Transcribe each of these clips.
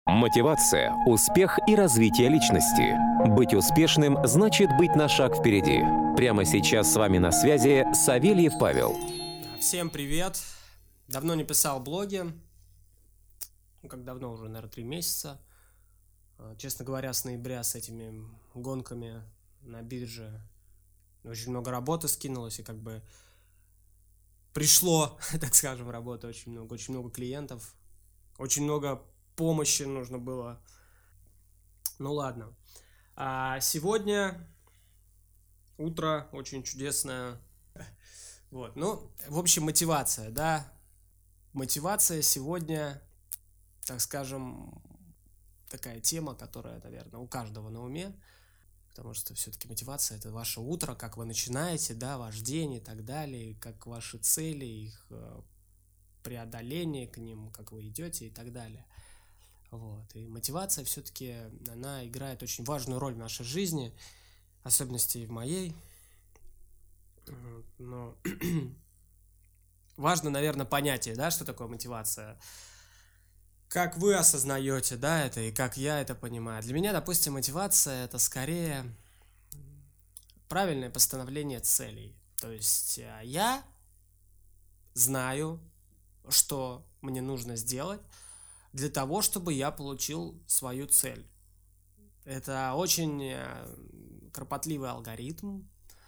Мотивация, успех и развитие личности. Быть успешным значит быть на шаг впереди. Прямо сейчас с вами на связи Савельев Павел. Всем привет! Давно не писал блоги. Как давно уже, наверное, 3 месяца. Честно говоря, с ноября с этими гонками на бирже очень много работы скинулось, и пришло, так скажем, работы очень много клиентов, очень много помощи нужно было. Ну ладно. А сегодня утро очень чудесное. Вот, в общем, мотивация, да. Мотивация сегодня, так скажем, такая тема, которая, наверное, у каждого на уме. Потому что все-таки мотивация – это ваше утро, как вы начинаете, да, ваш день и так далее, как ваши цели, их преодоление к ним, как вы идете и так далее. Вот. И мотивация все-таки, она играет очень важную роль в нашей жизни, в особенности в моей. Но важно, наверное, понятие, да, что такое мотивация. Как вы осознаете, да, это и как я это понимаю. Для меня, допустим, мотивация – это скорее правильное постановление целей. То есть я знаю, что мне нужно сделать для того, чтобы я получил свою цель. Это очень кропотливый алгоритм,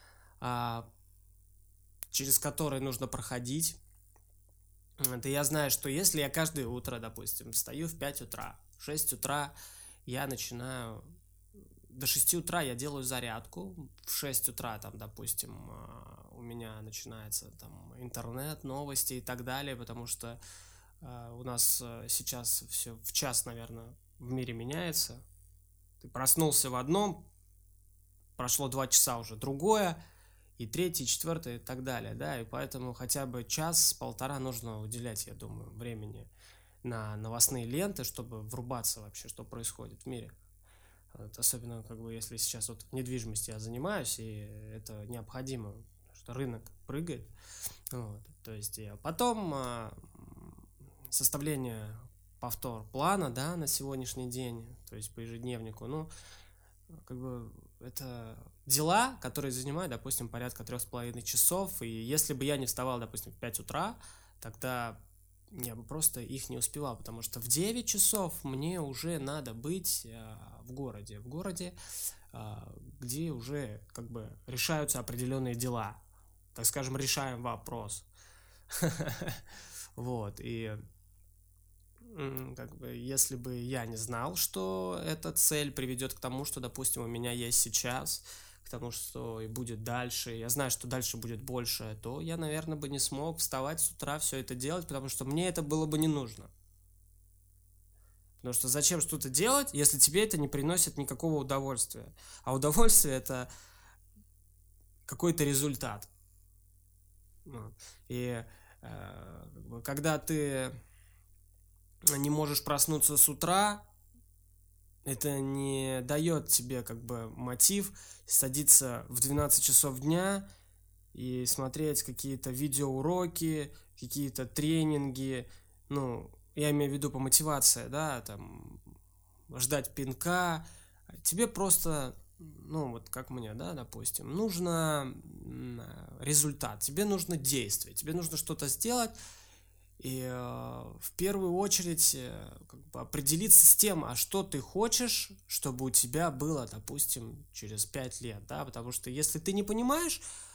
через который нужно проходить. Это я знаю, что если я каждое утро, допустим, встаю в 5 утра, в 6 утра я начинаю, до 6 утра я делаю зарядку, в 6 утра, там, допустим, у меня начинается там интернет, новости и так далее, потому что у нас сейчас все в час, наверное, в мире меняется. Ты проснулся в одном, прошло 2 часа уже другое, и третий, четвертый и так далее, да, и поэтому хотя бы час-полтора нужно уделять, я думаю, времени на новостные ленты, чтобы врубаться вообще, что происходит в мире. Вот, особенно, если сейчас вот недвижимостью я занимаюсь, и это необходимо, потому что рынок прыгает. Вот, то есть потом составление повтор плана, да, на сегодняшний день, то есть по ежедневнику, это дела, которые занимают, допустим, порядка 3,5 часов, и если бы я не вставал, допустим, в 5 утра, тогда я бы просто их не успевал, потому что в 9 часов мне уже надо быть в городе, где уже решаются определенные дела, так скажем, решаем вопрос. Вот, и если бы я не знал, что эта цель приведет к тому, что, допустим, у меня есть сейчас, к тому, что и будет дальше, я знаю, что дальше будет больше, то я, наверное, бы не смог вставать с утра, все это делать, потому что мне это было бы не нужно. Потому что зачем что-то делать, если тебе это не приносит никакого удовольствия? А удовольствие – это какой-то результат. И когда ты не можешь проснуться с утра, это не дает тебе мотив садиться в 12 часов дня и смотреть какие-то видеоуроки, какие-то тренинги, я имею в виду по мотивации, да, там, ждать пинка. Тебе просто, как мне, да, допустим, нужно результат, тебе нужно действие, тебе нужно что-то сделать. И в первую очередь определиться с тем, а что ты хочешь, чтобы у тебя было, допустим, через 5 лет, да, потому что если ты не понимаешь,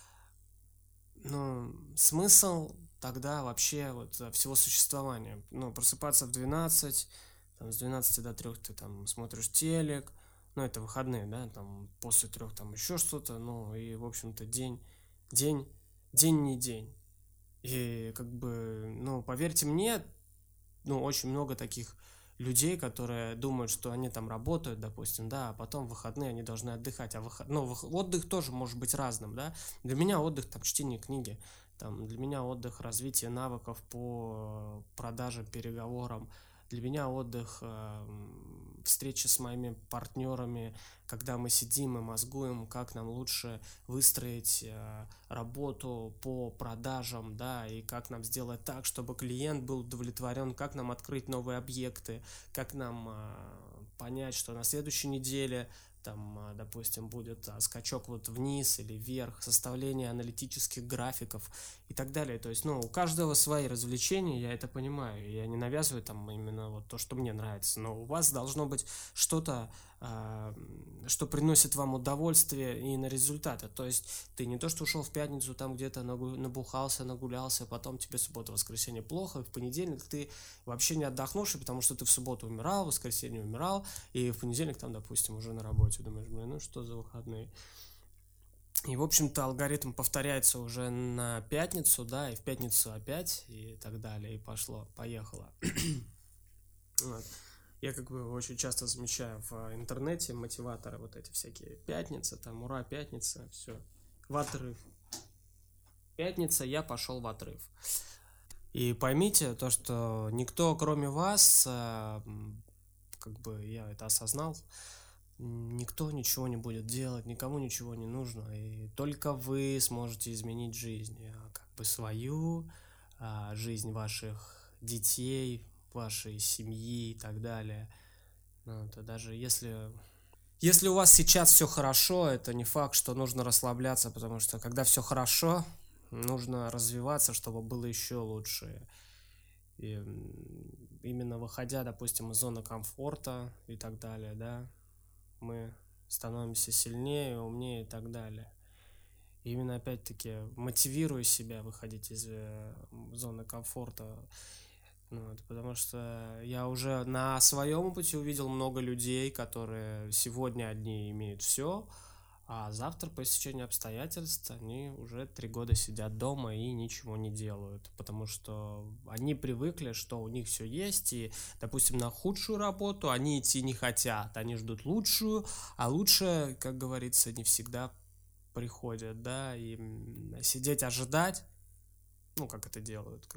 смысл тогда вообще всего существования, просыпаться в 12, там, с 12 до 3 ты там смотришь телек, это выходные, да, там, после 3 там еще что-то, и, в общем-то, день не день. И поверьте мне, очень много таких людей, которые думают, что они там работают, допустим, да, а потом в выходные они должны отдыхать. Отдых тоже может быть разным, да. Для меня отдых там чтение книги, там, для меня отдых развитие навыков по продажам, переговорам, для меня отдых встречи с моими партнерами, когда мы сидим и мозгуем, как нам лучше выстроить работу по продажам, да, и как нам сделать так, чтобы клиент был удовлетворен, как нам открыть новые объекты, как нам понять, что на следующей неделе там, допустим, будет скачок вот вниз или вверх, составление аналитических графиков и так далее. То есть, у каждого свои развлечения, я это понимаю. Я не навязываю там именно вот то, что мне нравится, но у вас должно быть что-то, что приносит вам удовольствие и на результаты. То есть ты не то, что ушел в пятницу, там где-то набухался, нагулялся, потом тебе суббота, воскресенье плохо, и в понедельник ты вообще не отдохнувший, потому что ты в субботу умирал, в воскресенье умирал, и в понедельник там, допустим, уже на работе. Думаешь, что за выходные? И, в общем-то, алгоритм повторяется уже на пятницу, да, и в пятницу опять, и так далее, и поехало. Вот. Я очень часто замечаю в интернете мотиваторы вот эти всякие. Пятница, там, ура, пятница, все, в отрыв. Пятница, я пошел в отрыв. И поймите то, что никто, кроме вас, я это осознал, никто ничего не будет делать, никому ничего не нужно, и только вы сможете изменить жизнь, свою, жизнь ваших детей, вашей семьи и так далее. Это даже если у вас сейчас все хорошо, это не факт, что нужно расслабляться, потому что когда все хорошо, нужно развиваться, чтобы было еще лучше. И именно выходя, допустим, из зоны комфорта и так далее, да, мы становимся сильнее, умнее и так далее. И именно опять-таки мотивируя себя выходить из зоны комфорта. Потому что я уже на своем пути увидел много людей, которые сегодня одни имеют все, а завтра по истечению обстоятельств они уже 3 года сидят дома и ничего не делают, потому что они привыкли, что у них все есть, и, допустим, на худшую работу они идти не хотят, они ждут лучшую, а лучшее, как говорится, не всегда приходит, да, и сидеть ожидать, как это делают,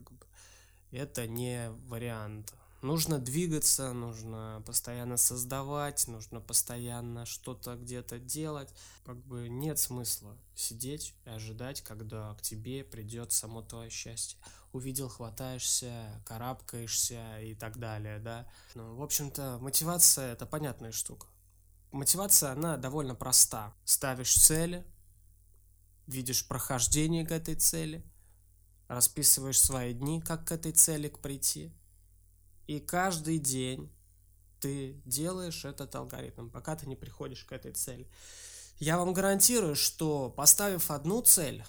это не вариант. Нужно двигаться, нужно постоянно создавать, нужно постоянно что-то где-то делать. Нет смысла сидеть и ожидать, когда к тебе придет само твое счастье. Увидел, хватаешься, карабкаешься и так далее, да. В общем-то, мотивация – это понятная штука. Мотивация, она довольно проста. Ставишь цели, видишь прохождение к этой цели, расписываешь свои дни, как к этой цели прийти. И каждый день ты делаешь этот алгоритм, пока ты не приходишь к этой цели. Я вам гарантирую, что поставив одну цель,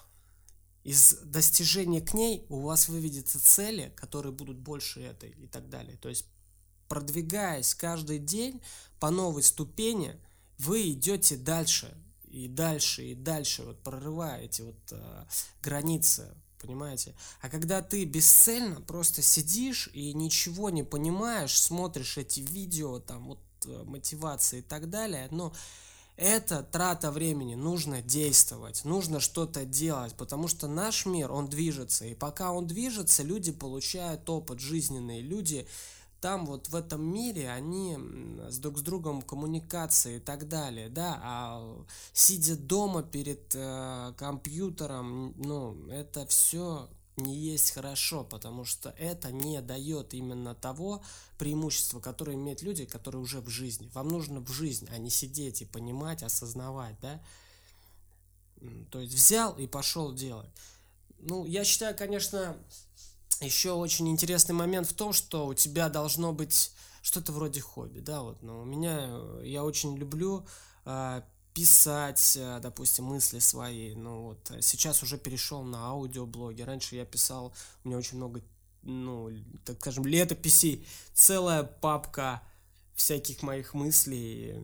из достижения к ней у вас выведутся цели, которые будут больше этой и так далее. То есть, продвигаясь каждый день по новой ступени, вы идете дальше и дальше и дальше, прорываете границы. Понимаете? А когда ты бесцельно просто сидишь и ничего не понимаешь, смотришь эти видео, мотивации и так далее, это трата времени, нужно действовать, нужно что-то делать, потому что наш мир, он движется, и пока он движется, люди получают опыт жизненный, люди там в этом мире, они друг с другом коммуникации и так далее, да, а сидя дома перед компьютером, это все не есть хорошо, потому что это не дает именно того преимущества, которое имеют люди, которые уже в жизни. Вам нужно в жизнь, а не сидеть и понимать, осознавать, да, то есть взял и пошел делать. Я считаю, конечно, еще очень интересный момент в том, что у тебя должно быть что-то вроде хобби, да, у меня, я очень люблю писать, допустим, мысли свои, сейчас уже перешел на аудиоблоги, раньше я писал, у меня очень много, так скажем, летописей, целая папка всяких моих мыслей,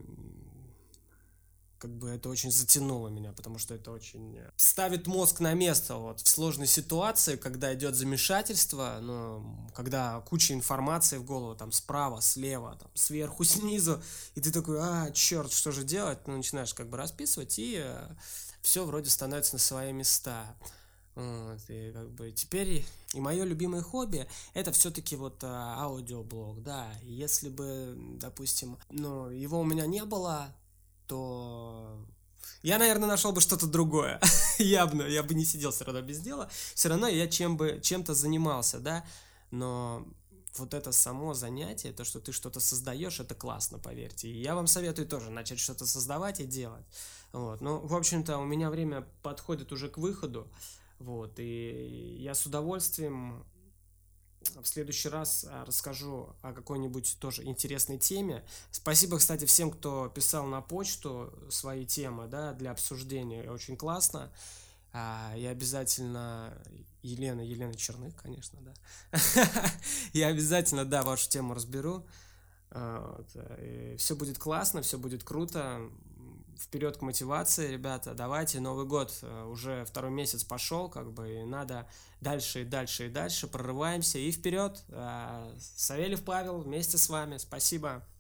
это очень затянуло меня, потому что это очень ставит мозг на место в сложной ситуации, когда идет замешательство, когда куча информации в голову, справа, слева, сверху, снизу, и ты такой, черт, что же делать? Начинаешь расписывать, и все вроде становится на свои места. Вот, и как бы теперь и мое любимое хобби это все-таки вот аудиоблог, да. Если бы, допустим, его у меня не было, то я, наверное, нашел бы что-то другое. Я бы не сидел все равно без дела. Все равно я чем-то занимался, да. Но вот это само занятие, то, что ты что-то создаешь, это классно, поверьте. И я вам советую тоже начать что-то создавать и делать. Вот. Ну, в общем-то, у меня время подходит уже к выходу. Вот. И я с удовольствием в следующий раз расскажу о какой-нибудь тоже интересной теме. Спасибо, кстати, всем, кто писал на почту свои темы, да, для обсуждения. Очень классно. Я обязательно... Елена Черных, конечно, да. Я обязательно, да, вашу тему разберу. Все будет классно, все будет круто. Вперед к мотивации, ребята. Давайте, Новый год уже второй месяц пошел, как бы, и надо дальше и дальше и дальше. Прорываемся и вперед. Савельев Павел вместе с вами. Спасибо.